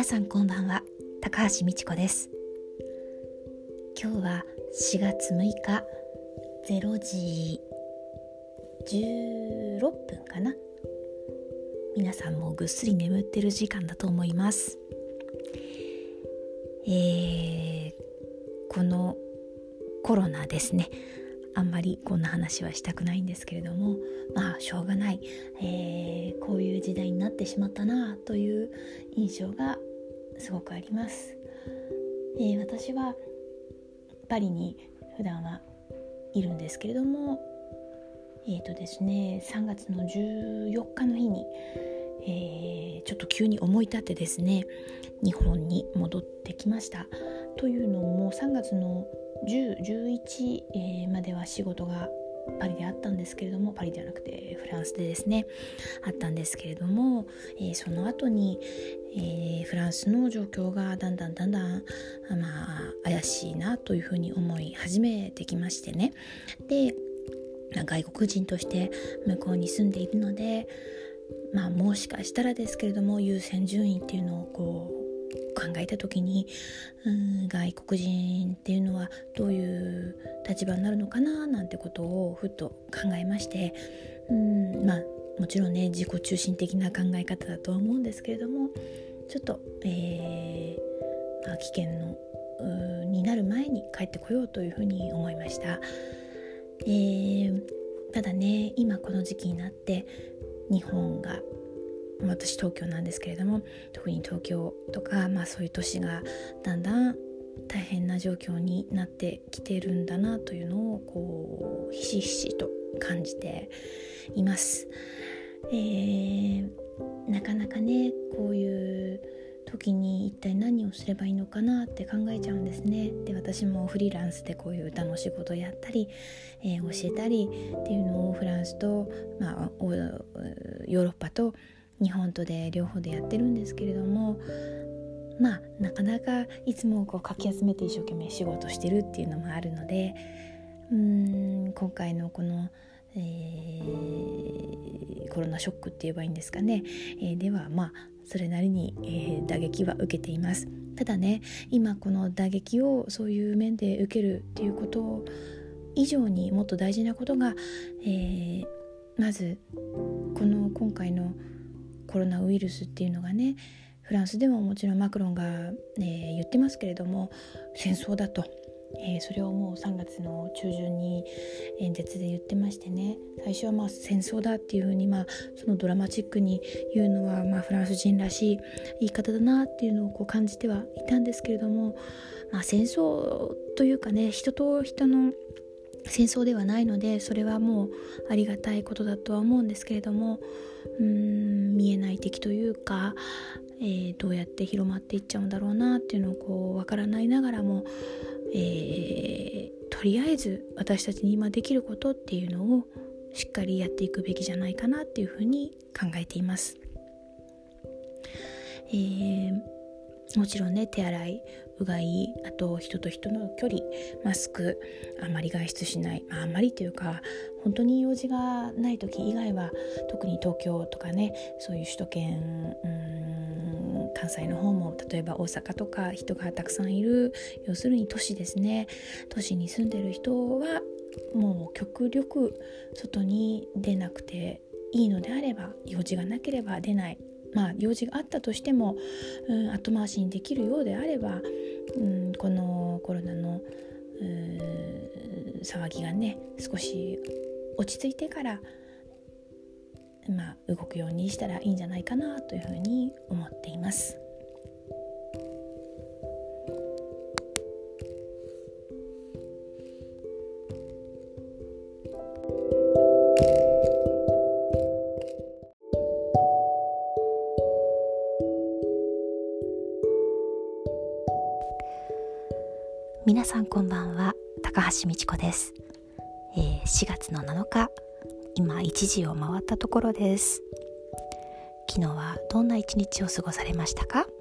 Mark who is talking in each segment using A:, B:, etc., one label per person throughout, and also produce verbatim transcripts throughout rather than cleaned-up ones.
A: さんこんばんは、高橋美智子です。今日はしがつむいかれいじじゅうろっぷんかな。皆さんもぐっすり眠ってる時間だと思います。えー、このコロナですね、あんまりこんな話はしたくないんですけれども、まあしょうがない、えー、こういう時代になってしまったなという印象がすごくあります。えー、私はパリに普段はいるんですけれども、えーとですね、さんがつのじゅうよっかの日に、えー、ちょっと急に思い立ってですね、日本に戻ってきました。というのもさんがつのじゅう、じゅういち、えー、までは仕事がパリであったんですけれども、パリではなくてフランスでですねあったんですけれども、えー、その後に、えー、フランスの状況がだんだんだんだん、まあ、怪しいなというふうに思い始めてきましてね。で、外国人として向こうに住んでいるので、まあもしかしたらですけれども、優先順位っていうのをこう考えた時に、うん、外国人っていうのはどういう立場になるのかななんてことをふっと考えまして、うん、まあもちろんね、自己中心的な考え方だとは思うんですけれども、ちょっと、えーまあ、危険のになる前に帰ってこようというふうに思いました。えー、ただね、今この時期になって日本が、私東京なんですけれども、特に東京とか、まあ、そういう都市がだんだん大変な状況になってきてるんだなというのをこうひしひしと感じています。えー、なかなかね、こういう時に一体何をすればいいのかなって考えちゃうんですね。で、私もフリーランスでこういう歌の仕事をやったり、えー、教えたりっていうのをフランスと、まあ、ヨーロッパと日本とで両方でやってるんですけれども、まあなかなかいつもこうかき集めて一生懸命仕事してるっていうのもあるので、うーん今回のこの、えー、コロナショックって言えばいいんですかね、えー、ではまあそれなりに、えー、打撃は受けています。ただね、今この打撃をそういう面で受けるっていうこと以上にもっと大事なことが、えー、まずこの今回のコロナウイルスっていうのがね、フランスでももちろんマクロンが、えー、言ってますけれども、戦争だと、えー、それをもうさんがつの中旬に演説で言ってましてね、最初はまあ戦争だっていうふうに、まあ、そのドラマチックに言うのは、まあ、フランス人らしい言い方だなっていうのをこう感じてはいたんですけれども、まあ、戦争というかね、人と人の戦争ではないので、それはもうありがたいことだとは思うんですけれども、うーん見えない敵というか、えー、どうやって広まっていっちゃうんだろうなっていうのをこう分からないながらも、えー、とりあえず私たちに今できることっていうのをしっかりやっていくべきじゃないかなっていうふうに考えています。えーもちろんね、手洗い、うがい、あと人と人の距離、マスク、あまり外出しない、まあ、あんまりというか本当に用事がない時以外は、特に東京とかね、そういう首都圏、うーん関西の方も、例えば大阪とか人がたくさんいる、要するに都市ですね、都市に住んでる人はもう極力外に出なくていいのであれば、用事がなければ出ない、まあ、用事があったとしても、うん、後回しにできるようであれば、うん、このコロナの騒ぎがね少し落ち着いてから、まあ、動くようにしたらいいんじゃないかなというふうに思っています。皆さんこんばんは、高橋美智子です。えー、しがつのなのか、今いちじを回ったところです。昨日はどんな一日を過ごされましたか？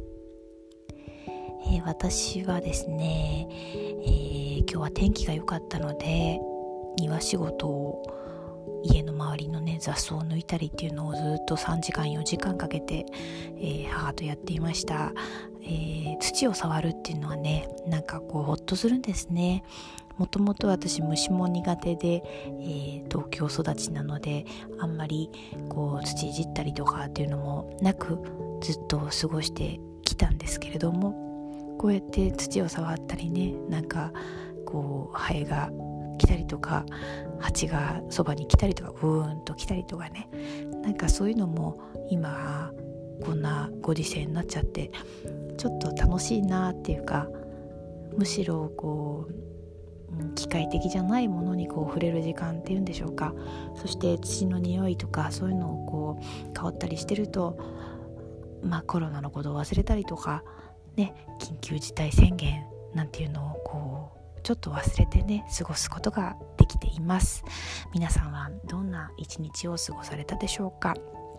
A: えー、私はですね、えー、今日は天気が良かったので庭仕事を家の周周りのね雑草を抜いたりっていうのをずっとさんじかんよじかんかけて、えー、母とやっていました。えー、土を触るっていうのはねなんかこうほっとするんですね。もともと私虫も苦手で、えー、東京育ちなのであんまりこう土いじったりとかっていうのもなくずっと過ごしてきたんですけれども、こうやって土を触ったりねなんかこうハエが来たりとか蜂がそばに来たりとかブーンと来たりとかね、なんかそういうのも今こんなご時世になっちゃってちょっと楽しいなっていうか、むしろこう機械的じゃないものにこう触れる時間っていうんでしょうか。そして土の匂いとかそういうのをこう香ったりしてると、まあコロナのことを忘れたりとかね、緊急事態宣言なんていうのをこうちょっと忘れてね過ごすことができています。皆さんはどんな一日を過ごされたでしょうか。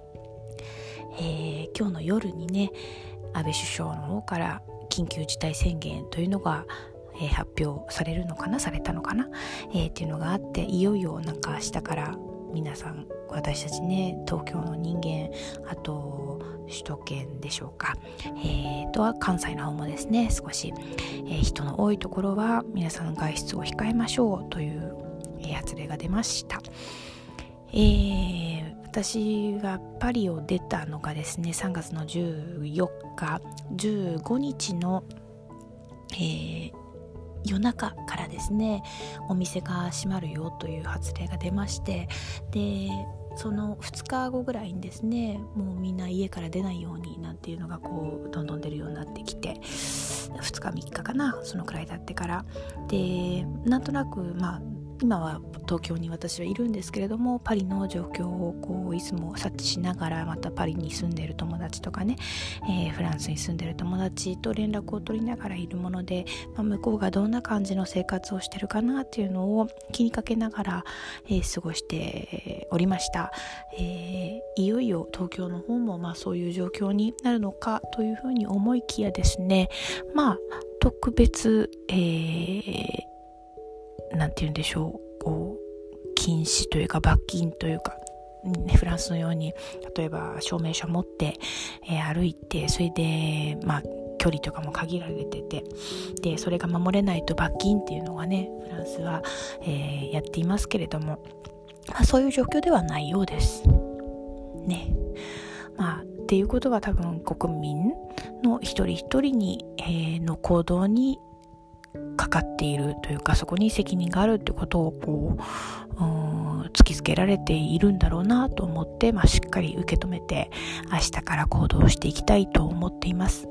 A: えー、今日の夜にね安倍首相の方から緊急事態宣言というのがえー、発表されるのかなされたのかな、えー、っていうのがあって、いよいよなんか明日から皆さん私たちね東京の人間、あと首都圏でしょうか、えー、とは関西の方もですね少し、えー、人の多いところは皆さん外出を控えましょうという、えー、発令が出ました。えー、私がパリを出たのがですねさんがつのじゅうよっかじゅうごにちの、えー夜中からですねお店が閉まるよという発令が出まして、でそのふつかごぐらいにですねもうみんな家から出ないようになんていうのがこうどんどん出るようになってきて、ふつかみっかかなそのくらい経ってからで、なんとなくまあ今は東京に私はいるんですけれども、パリの状況をこういつも察知しながら、またパリに住んでいる友達とかね、えー、フランスに住んでいる友達と連絡を取りながらいるもので、まあ、向こうがどんな感じの生活をしてるかなっていうのを気にかけながら、えー、過ごしておりました。えー、いよいよ東京の方もまあそういう状況になるのかというふうに思いきやですね、まあ特別、えーなんて言うんでしょう、こう禁止というか罰金というか、フランスのように例えば証明書を持って、えー、歩いて、それでまあ距離とかも限られてて、でそれが守れないと罰金っていうのがねフランスは、えー、やっていますけれども、まあ、そういう状況ではないようですね。まあっていうことは多分国民の一人一人に、えー、の行動にかかっているというか、そこに責任があるってことをこう、うん、突きつけられているんだろうなと思って、まあ、しっかり受け止めて明日から行動していきたいと思っています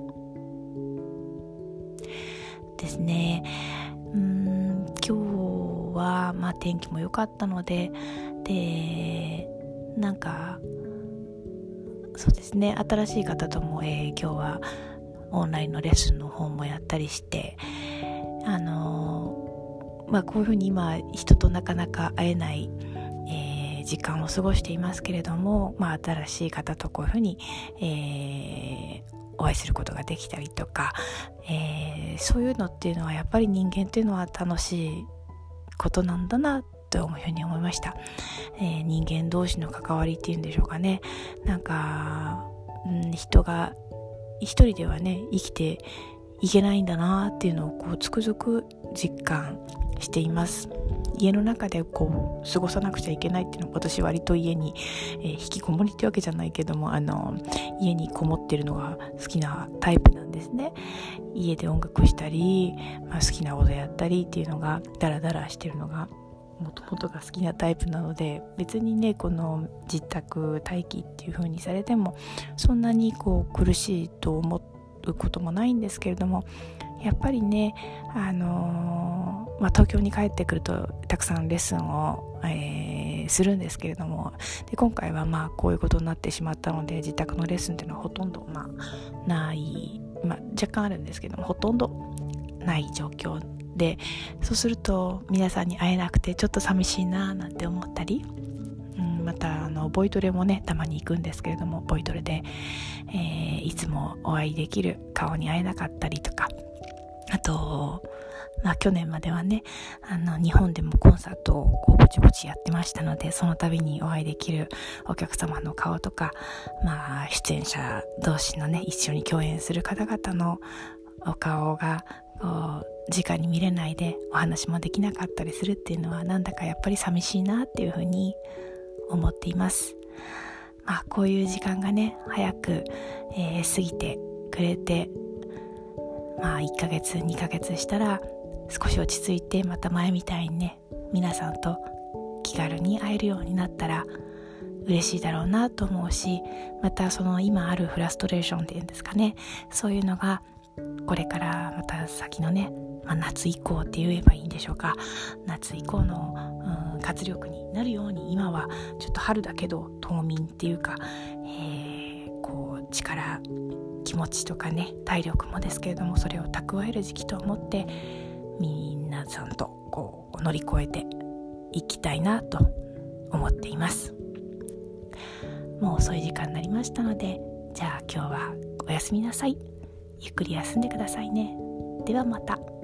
A: ですね。うーん今日は、まあ、天気も良かったのででなんかそうですね新しい方とも、えー、今日はオンラインのレッスンの方もやったりして、あのーまあ、こういうふうに今人となかなか会えない、えー、時間を過ごしていますけれども、まあ、新しい方とこういうふうに、えー、お会いすることができたりとか、えー、そういうのっていうのはやっぱり人間っていうのは楽しいことなんだなというふうに思いました。えー、人間同士の関わりっていうんでしょうかね。なんか、うん、人が一人ではね生きていけないんだなっていうのをこうつくづく実感しています。家の中でこう過ごさなくちゃいけないっていうのは、私割と家に、えー、引きこもりってわけじゃないけども、あの家にこもってるのが好きなタイプなんですね。家で音楽したり、まあ、好きなことやったりっていうのがダラダラしてるのがもともとが好きなタイプなので、別にねこの自宅待機っていう風にされてもそんなにこう苦しいと思うこともないんですけれども、やっぱりね、あのーまあ、東京に帰ってくるとたくさんレッスンを、えー、するんですけれども、で今回はまあこういうことになってしまったので自宅のレッスンっていうのはほとんど、まあ、ない、まあ、若干あるんですけどもほとんどない状況で、そうすると皆さんに会えなくてちょっと寂しいななんて思ったり、うん、またあのボイトレもねたまに行くんですけれども、ボイトレで、えー、いつもお会いできる顔に会えなかったりとか、 あと、まあ、去年まではねあの日本でもコンサートをこうぼちぼちやってましたので、その度にお会いできるお客様の顔とか、まあ、出演者同士のね一緒に共演する方々のお顔がこう直に見れないでお話もできなかったりするっていうのは、なんだかやっぱり寂しいなっていうふうに思っています。まあ、こういう時間がね早く、えー、過ぎてくれて、まあいっかげつにかげつしたら少し落ち着いて、また前みたいにね皆さんと気軽に会えるようになったら嬉しいだろうなと思うし、またその今あるフラストレーションっていうんですかね、そういうのがこれからまた先のね、まあ、夏以降って言えばいいんでしょうか、夏以降の、うん、活力になるように、今はちょっと春だけど冬眠っていうか、えー、こう力気持ちとかね体力もですけれども、それを蓄える時期と思って皆さんとこう乗り越えていきたいなと思っています。もう遅い時間になりましたので、じゃあ今日はおやすみなさい。ゆっくり休んでくださいね。ではまた。